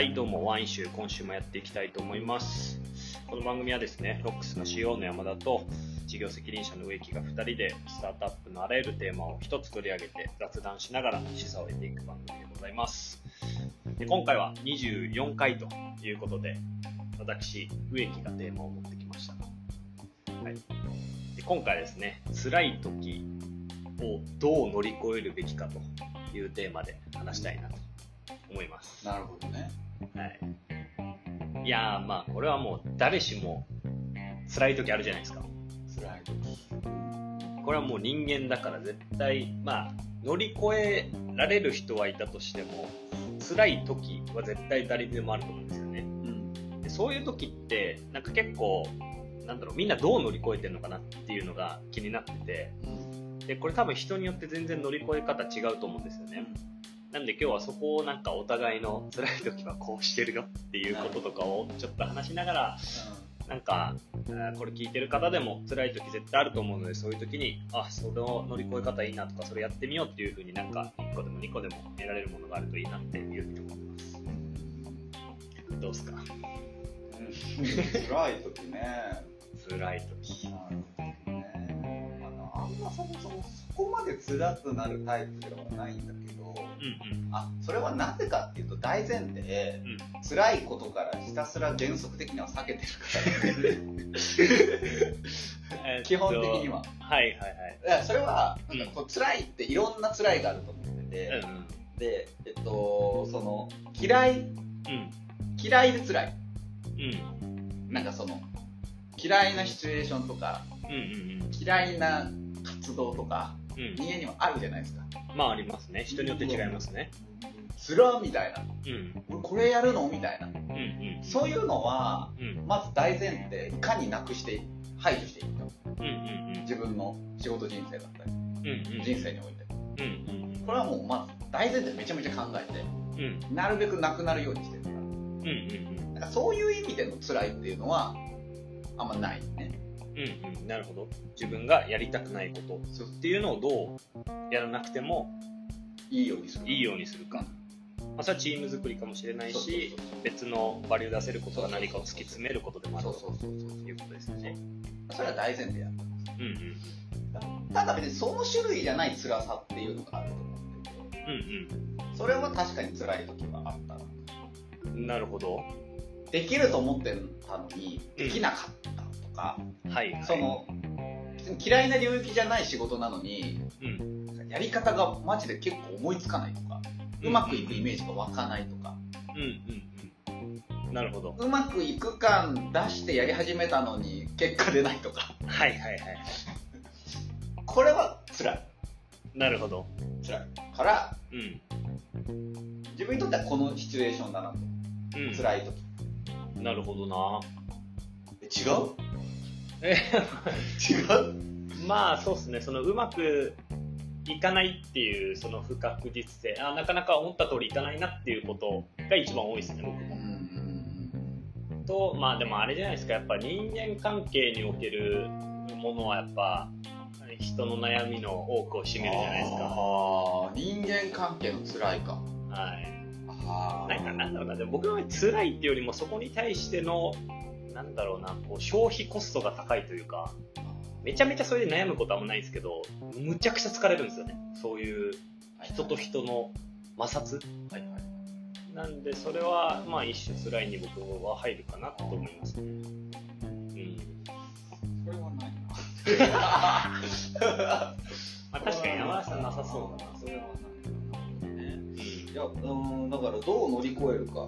はいどうもワイン集今週もやっていきたいと思います。この番組はですねロックスの CEO の山田と事業責任者の植木が2人でスタートアップのあらゆるテーマを一つ取り上げて雑談しながら示唆を得ていく番組でございます。で今回は24回ということで私植木がテーマを持ってきました。はい、で今回ですね辛い時をどう乗り越えるべきかというテーマで話したいなと思います。 なるほどね。 はい。いやーまあこれはもう誰しも辛い時あるじゃないですか。 辛い時。 これはもう人間だから絶対まあ乗り越えられる人はいたとしても辛い時は絶対誰にでもあると思うんですよね。でそういう時ってなんか結構みんなどう乗り越えてるのかなっていうのが気になってて、でこれ多分人によって全然乗り越え方違うと思うんですよね。なんで今日はそこをなんかお互いの辛い時はこうしてるよっていうこととかをちょっと話しながら、なんかこれ聞いてる方でも辛い時絶対あると思うので、そういう時にその乗り越え方いいなとかそれやってみようっていう風になんか1個でも2個でも得られるものがあるといいなっていう風に思います。どうですか？ 辛い時ね。 辛い時。 あんまそこまで辛くなるタイプではないんだけど、それはなぜかっていうと大前提、辛いことからひたすら原則的には避けてるから基本的には。 はいはいはい。 それはなんかこう辛いっていろんな辛いがあると思ってて、でその嫌いで辛い。なんかその嫌いなシチュエーションとか、嫌いな活動とか、人間にはあるじゃないですか。 まあありますね。人によって違いますね。 つらみたいな、これやるのみたいな、そういうのは、まず大前提いかになくして排除していくか、自分の仕事人生だったり、人生において、これはもうまず大前提めちゃめちゃ考えて、なるべくなくなるようにしてるから、だからそういう意味での辛いっていうのはあんまないね。 なるほど。自分がやりたくないことっていうのをどうやらなくてもいいようにするか。 それはチーム作りかもしれないし、別のバリュー出せることが何かを突き詰めることでもあるということですよね。 それは大前提やと思います。ただ別にその種類じゃない辛さっていうのがあると思ってて、それは確かに辛い時はあったな。 なるほど。できると思ってたのにできなかったとか、その嫌いな領域じゃない仕事なのに、やり方がマジで結構思いつかないとか、うまくいくイメージが湧かないとか、 なるほど。 うまくいく感出してやり始めたのに結果出ないとか、これは辛い。 なるほど。 辛いから、自分にとってはこのシチュエーションだなと、辛い時。 なるほどな。 違う？違う？ まあそうですね。そのうまくいかないっていうその不確実性、なかなか思った通りいかないなっていうことが一番多いですね、僕も。とまあでもあれじゃないですか、やっぱ人間関係におけるものはやっぱ人の悩みの多くを占めるじゃないですか。 人間関係の辛いか。 なんだろうな、でも僕は辛いっていうよりもそこに対してのこう消費コストが高いというか、めちゃめちゃそれで悩むことはもないんですけど、むちゃくちゃ疲れるんですよね。そういう人と人の摩擦。なんでそれはまあ一種辛いに僕は入るかなと思いますね。 それはないな。 まあ確かに山田さんなさそうだな。それはない。 いや、だからどう乗り越えるか。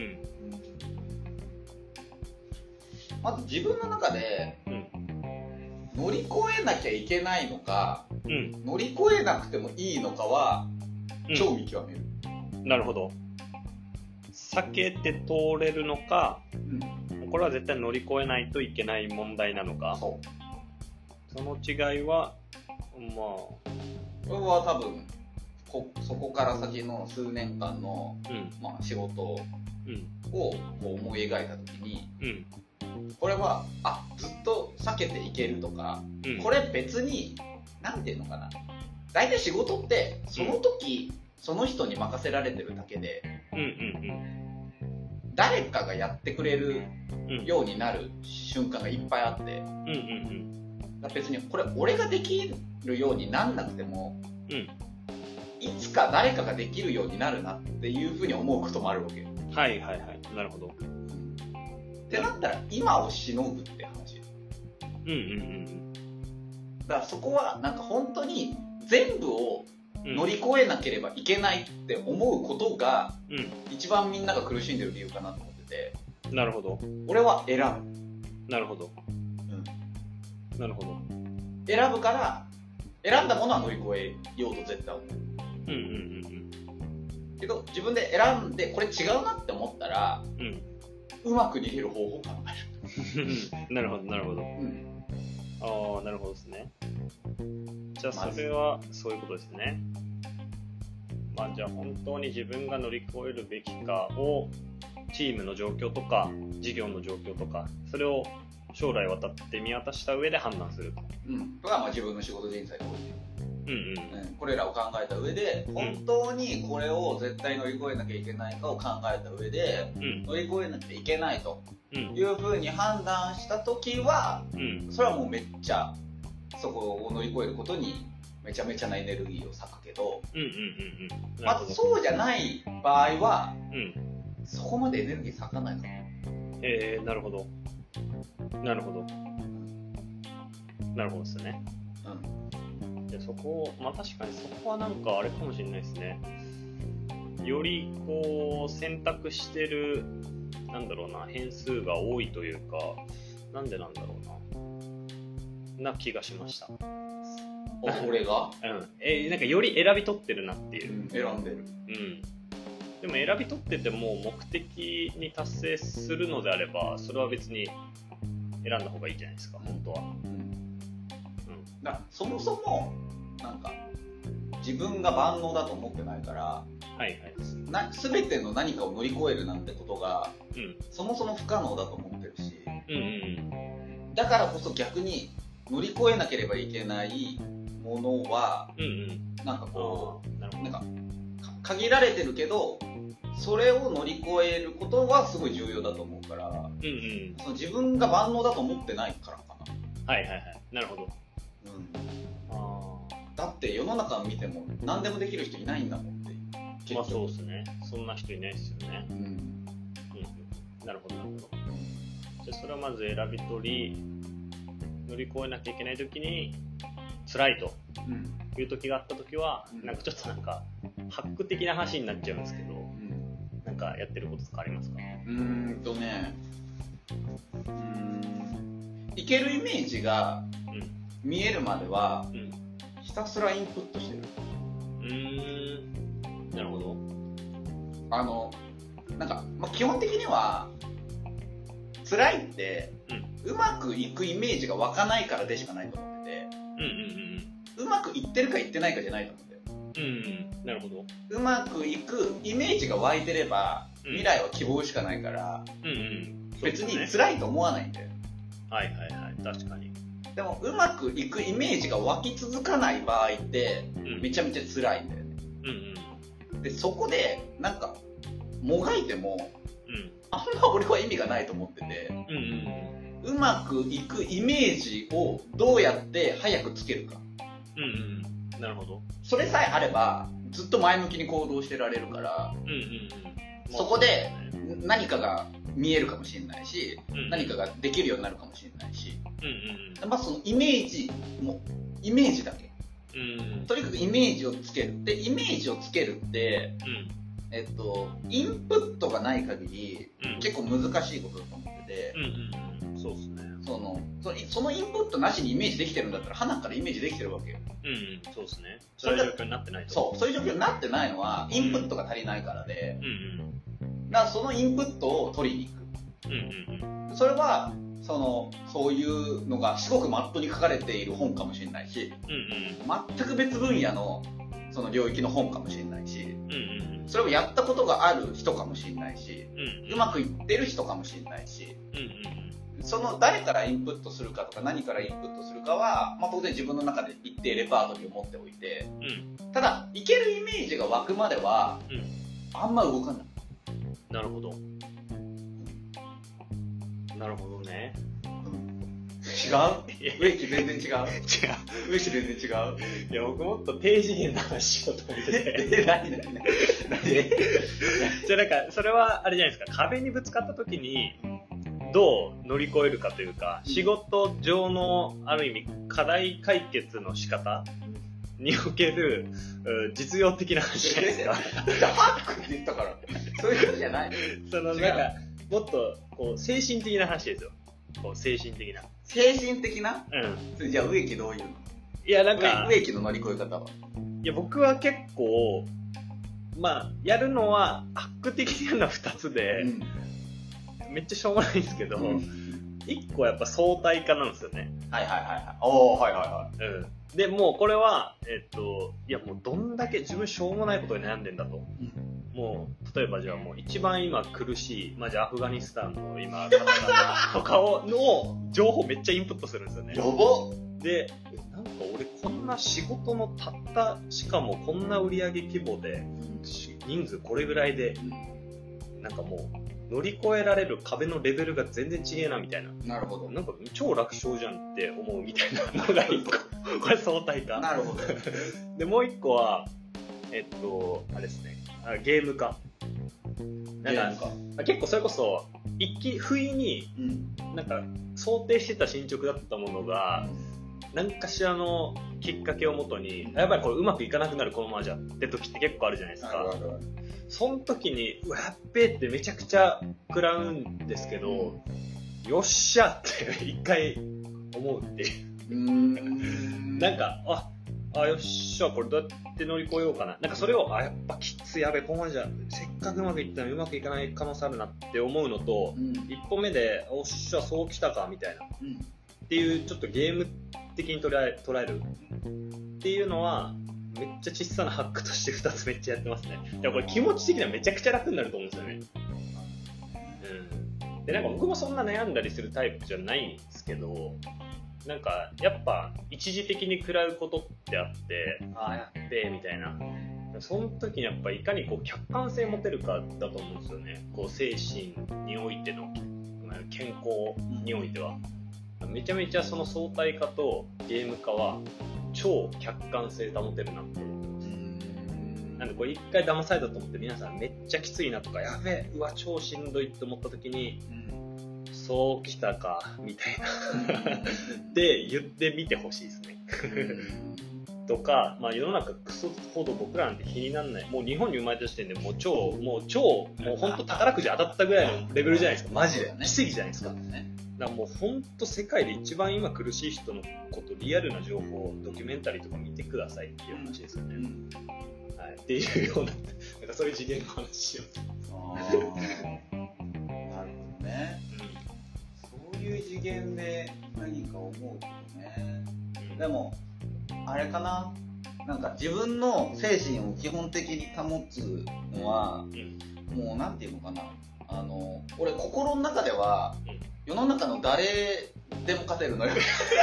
まず自分の中で、乗り越えなきゃいけないのか、乗り越えなくてもいいのかは、超見極める。なるほど。避けて通れるのか、これは絶対乗り越えないといけない問題なのか。その違いは、これは多分、そこから先の数年間の、仕事を思い描いたときに、これはずっと避けていけるとか、これ別になんていうのかな、大体仕事ってその時、その人に任せられてるだけで、 誰かがやってくれるようになる瞬間がいっぱいあって、別にこれ俺ができるようになんなくても、いつか誰かができるようになるなっていうふうに思うこともあるわけ。 はいはいはい、なるほど。 ってなったら今をしのぐって話。だからそこはなんか本当に全部を乗り越えなければいけないって思うことが、一番みんなが苦しんでる理由かなと思ってて。 なるほど。 俺は選ぶ。 なるほど。なるほど。 選ぶから選んだものは乗り越えようと絶対思う。けど自分で選んでこれ違うなって思ったら、うまく逃げる方法を考える。なるほどなるほど。ああ、なるほどですね。じゃあそれはそういうことですね。まあじゃあ本当に自分が乗り越えるべきかをチームの状況とか事業の状況とかそれを将来渡って見渡した上で判断すると。 これはまあ自分の仕事人生において。これらを考えた上で本当にこれを絶対乗り越えなきゃいけないかを考えた上で、乗り越えなきゃいけないというふうに判断した時は、それはもうめっちゃそこを乗り越えることにめちゃめちゃなエネルギーを割くけど、まずそうじゃない場合は、そこまでエネルギー割かないかな。 なるほどなるほどなるほどですね。でそこを、まあ確かにそこはなんかあれかもしれないですね。よりこう選択してるなんだろうな変数が多いというか、なんでなんだろうな気がしました。 俺が？ なんかより選び取ってるなっていう。 選んでる。 でも選び取ってても目的に達成するのであれば、それは別に選んだ方がいいじゃないですか、本当は。 だからそもそもなんか自分が万能だと思ってないから、全ての何かを乗り越えるなんてことが、そもそも不可能だと思ってるし、だからこそ逆に乗り越えなければいけないものは、なんかこうなんか限られてるけどそれを乗り越えることはすごい重要だと思うから、その自分が万能だと思ってないからかな。 なるほど。 だって世の中を見ても何でもできる人いないんだもんって。 まあそうですね。そんな人いないですよね。なるほどなるほど。じゃあそれはまず選び取り、乗り越えなきゃいけない時に辛いという時があった時は、なんかちょっとなんかハック的な話になっちゃうんですけど、なんかやってることとかありますか？ いけるイメージが見えるまでは、ひたすらインプットしてる。 なるほど。 なんか、基本的には辛いって、うまくいくイメージが湧かないからでしかないと思ってて、うまくいってるかいってないかじゃないと思ってる。 なるほど。 うまくいくイメージが湧いてれば、未来は希望しかないから、別に辛いと思わないんだよ。 確かに。 でもうまくいくイメージが湧き続かない場合ってめちゃめちゃ辛いんだよね。でそこでなんかもがいても、あんま俺は意味がないと思ってて、うまくいくイメージをどうやって早くつけるか。 なるほど。 それさえあればずっと前向きに行動してられるから、そこで何かが見えるかもしれないし、何かができるようになるかもしれないし、まあそのイメージもイメージだけ、とにかくイメージをつける。でイメージをつけるって、インプットがない限り、結構難しいことだと思ってて、 そうですね。 そのインプットなしにイメージできてるんだったら鼻からイメージできてるわけよ。 そうですね。そういう状況になってないと。 そういう状況になってないのはインプットが足りないからで、だからそのインプットを取りに行く。それはそういうのがすごくマットに書かれている本かもしれないし、全く別分野のその領域の本かもしれないし、それをやったことがある人かもしれないし、うまくいってる人かもしれないし、その誰からインプットするかとか何からインプットするかは、当然自分の中で一定レパートリーを持っておいて、ただいけるイメージが湧くまでは、あんま動かない。 なるほど。 なるほどね。 違う？植木全然違う？違う。植木全然違う？ いや、僕もっと低次元な話しようと思ってて。 何じゃあなんか、それはあれじゃないですか、壁にぶつかった時に、どう乗り越えるかというか、仕事上のある意味課題解決の仕方における実用的な話じゃないですか。 ハックって言ったから、そういうことじゃない。 そのなんかもっとこう精神的な話ですよ。こう精神的な。 精神的な？ うん。 じゃあ植木どういうの？ いやなんか植木の乗り越え方は？ いや僕は結構まあやるのはハック的にやるのは2つで。めっちゃしょうがないんですけど、1個はやっぱ相対化なんですよね。 はいはいはいはい。おー、はいはいはい。 うん。で、もうこれは、いやもうどんだけ自分しょうもないことに悩んでんだと。もう、例えばじゃあもう一番今苦しい、まあじゃあアフガニスタンの今、とかの情報めっちゃインプットするんですよね。 やばっ！ で、なんか俺こんな仕事のたった、しかもこんな売上規模で、人数これぐらいで、なんかもう、乗り越えられる壁のレベルが全然違えなみたいな。 なるほど。 なんか超楽勝じゃんって思うみたいなのが一個。これ相対化。 なるほど。 で、もう一個は、あれですね。ゲーム化。なんか結構それこそ、不意に、なんか想定してた進捗だったものが、何かしらのきっかけをもとに、やっぱりこれうまくいかなくなるこのままじゃって時って結構あるじゃないですか。その時に、うわ、やっべえってめちゃくちゃ食らうんですけど、よっしゃって一回思うっていう。なんか、よっしゃ、これどうやって乗り越えようかな。なんかそれを、やっぱきつい、やべえ、このままじゃ、せっかくうまくいったのにうまくいかない可能性あるなって思うのと、一歩目で、おっしゃ、そうきたか、みたいな。っていう、ちょっとゲーム的に捉えるっていうのは、めっちゃ小さなハックとして2つめっちゃやってますね。でもこれ気持ち的にはめちゃくちゃ楽になると思うんですよね。で、なんか僕もそんな悩んだりするタイプじゃないんですけど、なんかやっぱ一時的に食らうことってあって、やっべえみたいな。その時にやっぱいかにこう客観性持てるかだと思うんですよね。こう精神においての健康においては。めちゃめちゃその相対化とゲーム化は超客観性保てるなって思ってます。なんでこれ一回騙されたと思って皆さんめっちゃきついなとか、やべえ、うわ超しんどいって思った時に、そうきたかみたいなって言ってみてほしいですねとか、まあ世の中クソほど僕らなんて気にならない、もう日本に生まれた時点でもうもう本当宝くじ当たったぐらいのレベルじゃないですか。マジで奇跡じゃないですか。だからもう本当世界で一番今苦しい人のことリアルな情報ドキュメンタリーとか見てくださいっていう話ですよね。はい、っていうような、なんかそういう次元の話を。 なるほどね。そういう次元で何か思うとね。でもあれかな。なんか自分の精神を基本的に保つのは、もうなんていうのかな。俺心の中では。世の中の誰でも勝てるのよ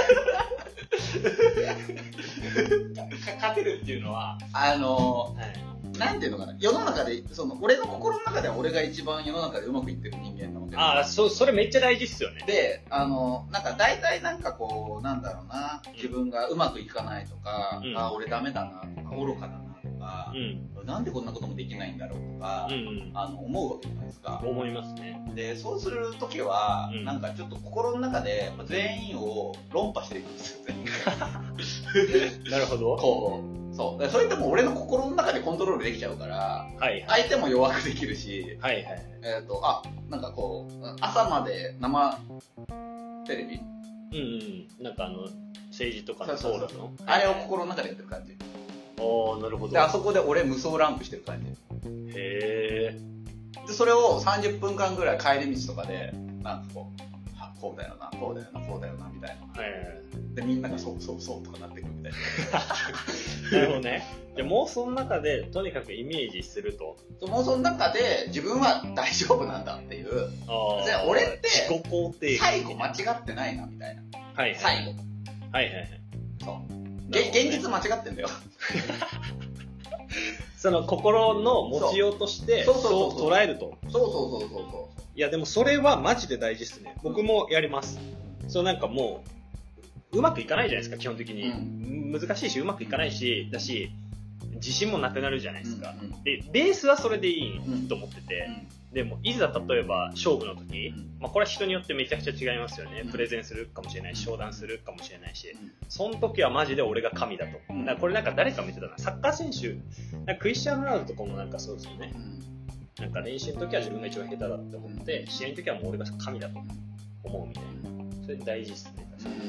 勝てるっていうのはなんていうのかな、世の中で俺の心の中では俺が一番世の中でうまくいってる人間なので。 それめっちゃ大事っすよね。 でなんか大体なんかこうなんだろうな、自分がうまくいかないとか、俺ダメだなとか愚かだなとか、なんでこんなこともできないんだろうとか、思うわけじゃないですか。 思いますね。 でそうするときは、なんかちょっと心の中で全員を論破していくんですよねなるほど。 こうそうそれでも俺の心の中でコントロールできちゃうから、相手も弱くできるし、なんかこう朝まで生テレビ、 なんか政治とかのそうだのあれを心の中でやってる感じ。 なるほど。 であそこで俺無双ランプしてる感じ。 へえ。 でそれを30分間ぐらい帰り道とかでなんかこうだよなこうだよなこうだよなみたいな。でみんながそうとかなっていくみたいな。なるほどね。じゃあ妄想の中でとにかくイメージすると。 妄想の中で自分は大丈夫なんだっていう。じゃあ俺って最後間違ってないなみたいな。最後。そう。現実間違ってんだよ。 その心の持ちようとしてそう捉えると。 そういやでもそれはマジで大事ですね。僕もやります。そうなんかもうまくいかないじゃないですか基本的に、難しいしうまくいかないしだし自信もなくなるじゃないですか、でベースはそれでいいと思ってて、でもいざ例えば勝負の時、まあ、これは人によってめちゃくちゃ違いますよね、プレゼンするかもしれないし商談するかもしれないし、その時はマジで俺が神だと。だからこれなんか誰か見てたな、サッカー選手なんかクリスチャン・ロナウドとかもなんかそうですよね、なんか練習の時は自分が一番下手だって思って試合の時はもう俺が神だと思うみたいな、それ大事ですね。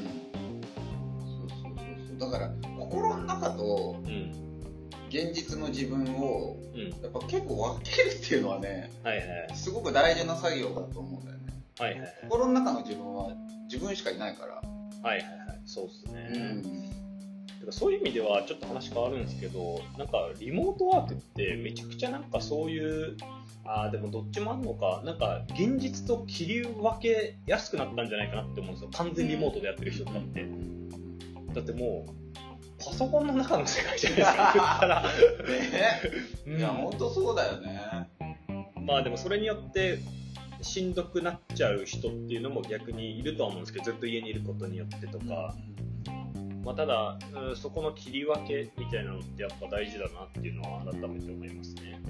だから心の中と現実の自分をやっぱ結構分けるっていうのはね、すごく大事な作業だと思うんだよね。心の中の自分は自分しかいないから。 そうですね。そういう意味ではちょっと話変わるんですけど、なんかリモートワークってめちゃくちゃなんかそういうでもどっちもあるのか、なんか現実と切り分けやすくなったんじゃないかなって思うんですよ、完全リモートでやってる人とかって。だってもうパソコンの中の世界じゃないですか言ったらいや本当そうだよね。 まあでもそれによってしんどくなっちゃう人っていうのも逆にいるとは思うんですけど、ずっと家にいることによってとか、まあ、ただ、そこの切り分けみたいなのってやっぱ大事だなっていうのは改めて思いますね。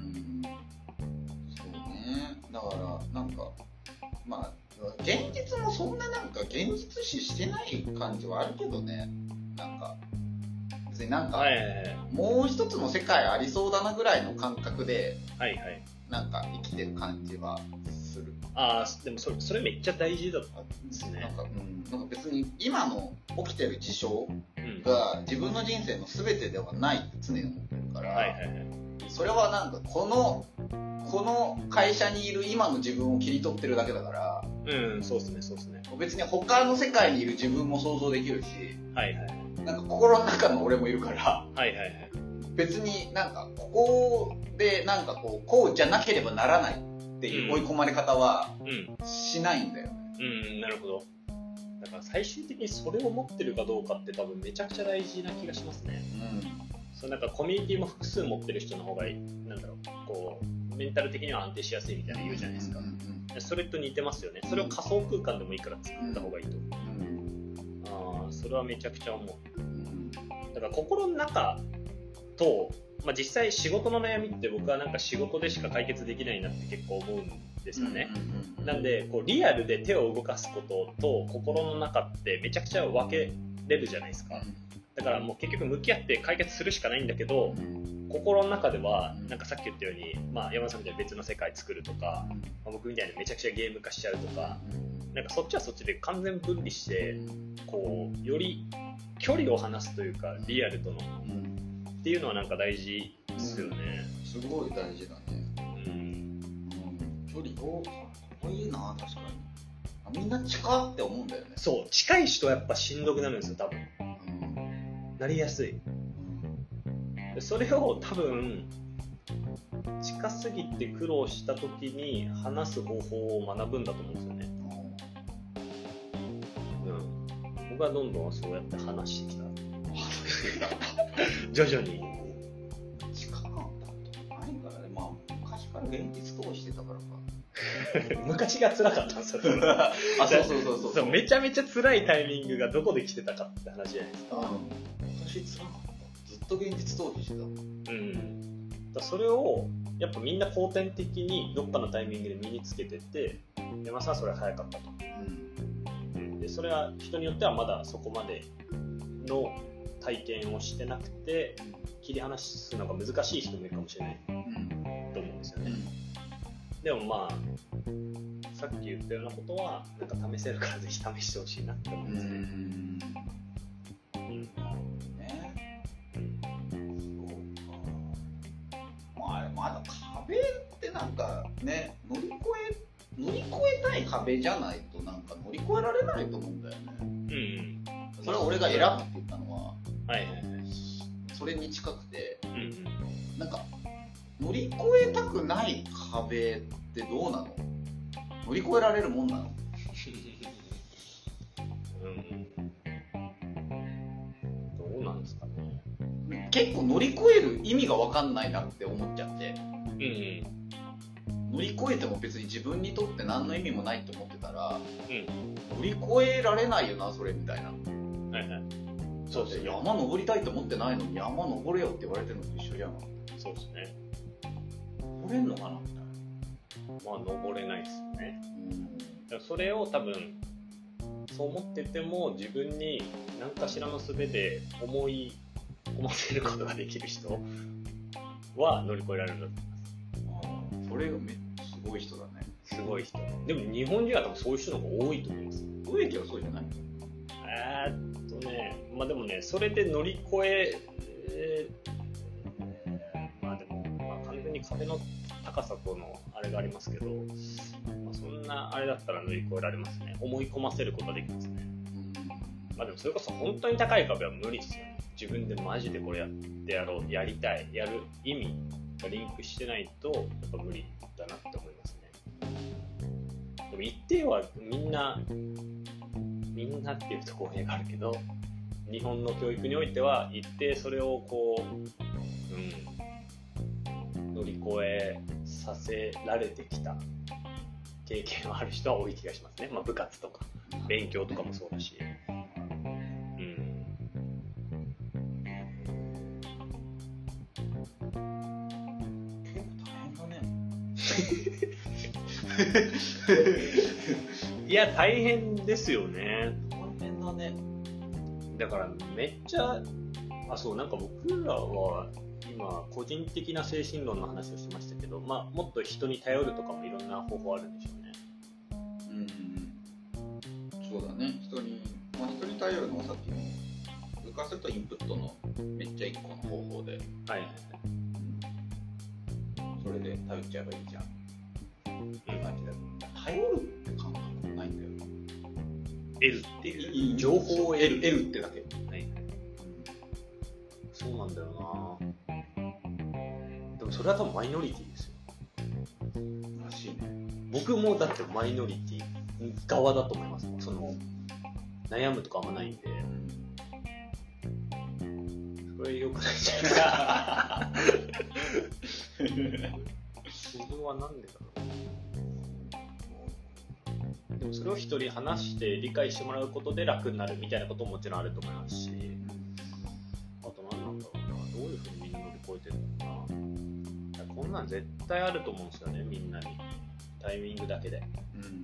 そうね。だからなんかまあ現実もそんななんか現実視してない感じはあるけどね。なんか別になんかもう一つの世界ありそうだなぐらいの感覚でなんか生きてる感じはする。 でもそれめっちゃ大事だったんですね。 なんか別に今の起きてる事象が自分の人生の全てではないって常に思ってるから、それはなんかこの会社にいる今の自分を切り取ってるだけだから、 そうですね。別に他の世界にいる自分も想像できるし、なんか心の中の俺もいるから、別になんかここでなんかこうじゃなければならないっていう追い込まれ方はしないんだよ。 なるほど。だから最終的にそれを持ってるかどうかって多分めちゃくちゃ大事な気がしますね。そうなんかコミュニティも複数持ってる人の方がなんだろう、メンタル的には安定しやすいみたいな言うじゃないですか。それと似てますよね。それを仮想空間でもいいから作った方がいいと。それはめちゃくちゃ思う。だから心の中と、実際仕事の悩みって僕はなんか仕事でしか解決できないなって結構思うんですよね。なんでリアルで手を動かすことと心の中ってめちゃくちゃ分けれるじゃないですか。だからもう結局向き合って解決するしかないんだけど、心の中ではなんかさっき言ったように、山田さんみたいに別の世界作るとか、僕みたいにめちゃくちゃゲーム化しちゃうとか、なんかそっちはそっちで完全分離してより距離を離すというかリアルとの、っていうのはなんか大事ですよね。 すごい大事だね。距離いいな、確かに。みんな近って思うんだよね。 そう、近い人はやっぱしんどくなるんですよ、多分。なりやすい。それを多分近すぎて苦労した時に話す方法を学ぶんだと思うんですよね。僕はどんどんそうやって話してきた。徐々に。 近かったことないからね。昔から現実逃避してたからか。 昔が辛かったんですよ。そうめちゃめちゃ辛いタイミングがどこで来てたかって話じゃないですか。 昔辛かった。ずっと現実逃避してた。それをやっぱみんな後天的にどっかのタイミングで身につけてて、山さんはそれは早かったと。でそれは人によってはまだそこまでの体験をしてなくて切り離すのが難しい人もいるかもしれないと思うんですよね。でもさっき言ったようなことはなんか試せるからぜひ試してほしいなって思うんですね。 まだ壁ってなんかね乗り越えたい壁じゃないとなんか乗り越えられないと思うんだよね。それは俺が選ぶって言ったのは、それに近くて、なんか乗り越えたくない壁ってどうなの？乗り越えられるもんなの？ どうなんですかね。 結構乗り越える意味が分かんないなって思っちゃって、乗り越えても別に自分にとって何の意味もないって思ってたら、乗り越えられないよなそれみたいな。そうですね。山登りたいと思ってないのに山登れよって言われてるのと一緒じゃん。 そうですね。 登れんのかなみたいな。 まあ登れないですよね。それを多分そう思ってても自分に何かしらの術で思い込ませることができる人は乗り越えられるんだと思います。それがすごい人だね。 すごい人。でも日本人は多分そういう人の方が多いと思います。 植木はそうじゃない？ まあでもね、それで乗り越え、まあでも、完全に壁の高さとのあれがありますけど、そんなあれだったら乗り越えられますね。思い込ませることができますね。まあでもそれこそ本当に高い壁は無理ですよね。自分でマジでこれやってやろう、やりたい、やる意味がリンクしてないとやっぱ無理だなって思いますね。でも一定はみんなっていうと語弊があるけど、日本の教育においては一定それをこう、乗り越えさせられてきた経験がある人は多い気がしますね。まあ、部活とか勉強とかもそうだし、 結構大変だね。 いや大変ですよね。 大変だね。 だからめっちゃそうなんか僕らは今個人的な精神論の話をしてましたけど、まあもっと人に頼るとかもいろんな方法あるんでしょうね。 そうだね。人に頼るのはさっきの浮かせとインプットのめっちゃ一個の方法で、それで頼っちゃえばいいじゃん。感じだ。頼るって感覚もないんだよ。 得るっていう情報を得るってだけ。 そうなんだよな。でもそれは多分マイノリティですよ。 らしいね。 僕もだってマイノリティ側だと思いますもん。その悩むとかあんまないんで。それ良くないじゃん。自分はなんでだろう。でもそれを一人話して理解してもらうことで楽になるみたいなことももちろんあると思いますし、あと何なんだろうな、どういうふうにみんな乗り越えてるのかな。こんなん絶対あると思うんですよね、みんなに。タイミングだけで。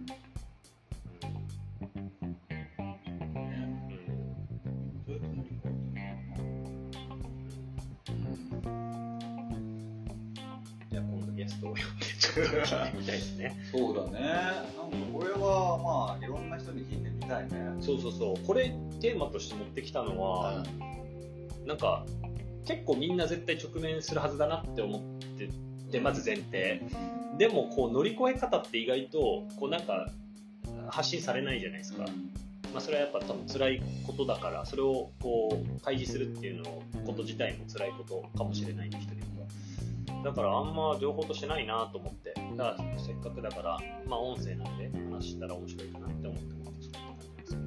じゃあ今度ゲストを呼んでちょっと聞いてみたいですね。 そうだね。なんかこれはまあいろんな人に聞いてみたいね。 そうこれテーマとして持ってきたのは、なんか結構みんな絶対直面するはずだなって思ってて、まず前提。でもこう乗り越え方って意外とこうなんか発信されないじゃないですか。まあそれはやっぱ多分辛いことだから、それをこう開示するっていうこと自体も辛いことかもしれないんで、人にも。だからあんま情報としてないなと思って、だからせっかくだからまあ音声なんで話したら面白いかなって思ってますね。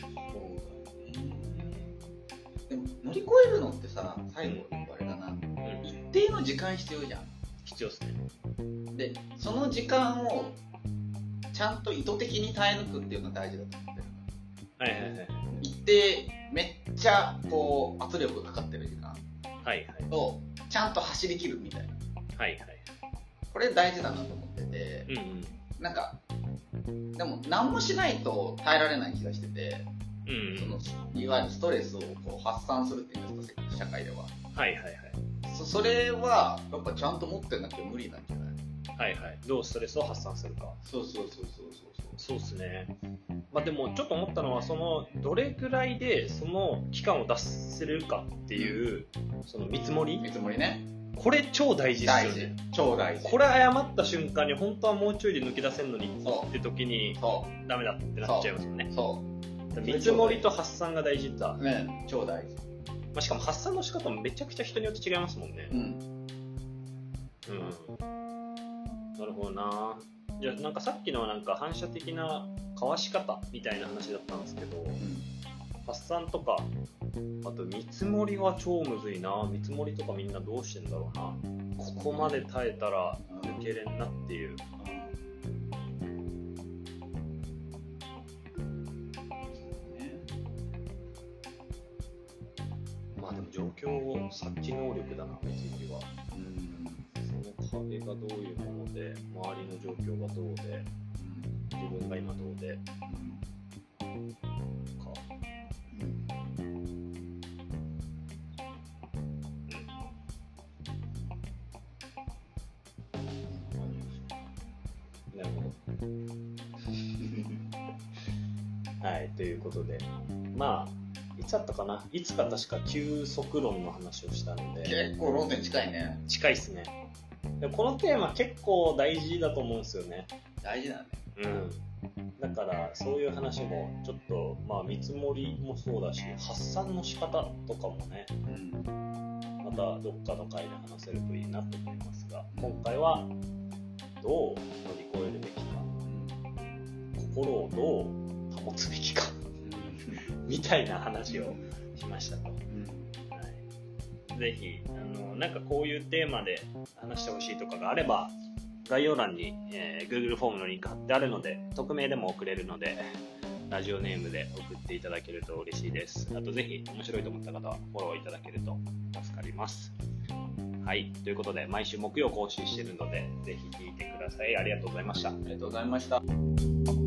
でも乗り越えるのってさ、最後あれだな、一定の時間必要じゃん。 必要ですね。 でその時間をちゃんと意図的に耐え抜くっていうのが大事だと思ってる。一定めっちゃこう圧力がかかってる時間をちゃんと走り切るみたいな。これ大事だなと思ってて、なんかでも何もしないと耐えられない気がしてて、そのいわゆるストレスをこう発散するっていうんですか、社会では。それはやっぱちゃんと持ってなきゃ無理なんじゃない？ どうストレスを発散するか。そうですね。まあでもちょっと思ったのは、そのどれくらいでその期間を出せるかっていう、その見積もりね。 これ超大事ですよね。 超大事。 これ誤った瞬間に本当はもうちょいで抜け出せるのにって時にダメだってなっちゃいますよね。見積もりと発散が大事だ。 超大事。 まあしかも発散の仕方もめちゃくちゃ人によって違いますもんね。なるほどな。じゃあなんかさっきのなんか反射的なかわし方みたいな話だったんですけど、発散とかあと見積もりは超むずいな。見積もりとかみんなどうしてんだろうな。ここまで耐えたら抜けれんなっていう。まあでも状況を察知能力だな、見積もりは。その壁がどういうもので、周りの状況がどうで、自分が今どうで、なるほど。はい、ということで、まあ、いつだったかな、いつか確か休息論の話をしたので、 結構論点近いね。 近いっすね。でこのテーマ結構大事だと思うんですよね。 大事だね。 だからそういう話もちょっと、まあ見積もりもそうだし、発散の仕方とかもね、またどっかの回で話せるといいなと思いますが、今回はどう乗り越えるべきか、心をどう保つべきかみたいな話をしましたと。はい、ぜひなんかこういうテーマで話してほしいとかがあれば、概要欄に、Google フォームのリンク貼ってあるので、匿名でも送れるので、ラジオネームで送っていただけると嬉しいです。あとぜひ面白いと思った方はフォローいただけると助かります。はい、ということで毎週木曜更新しているので、ぜひ聞いてください。ありがとうございました。 ありがとうございました。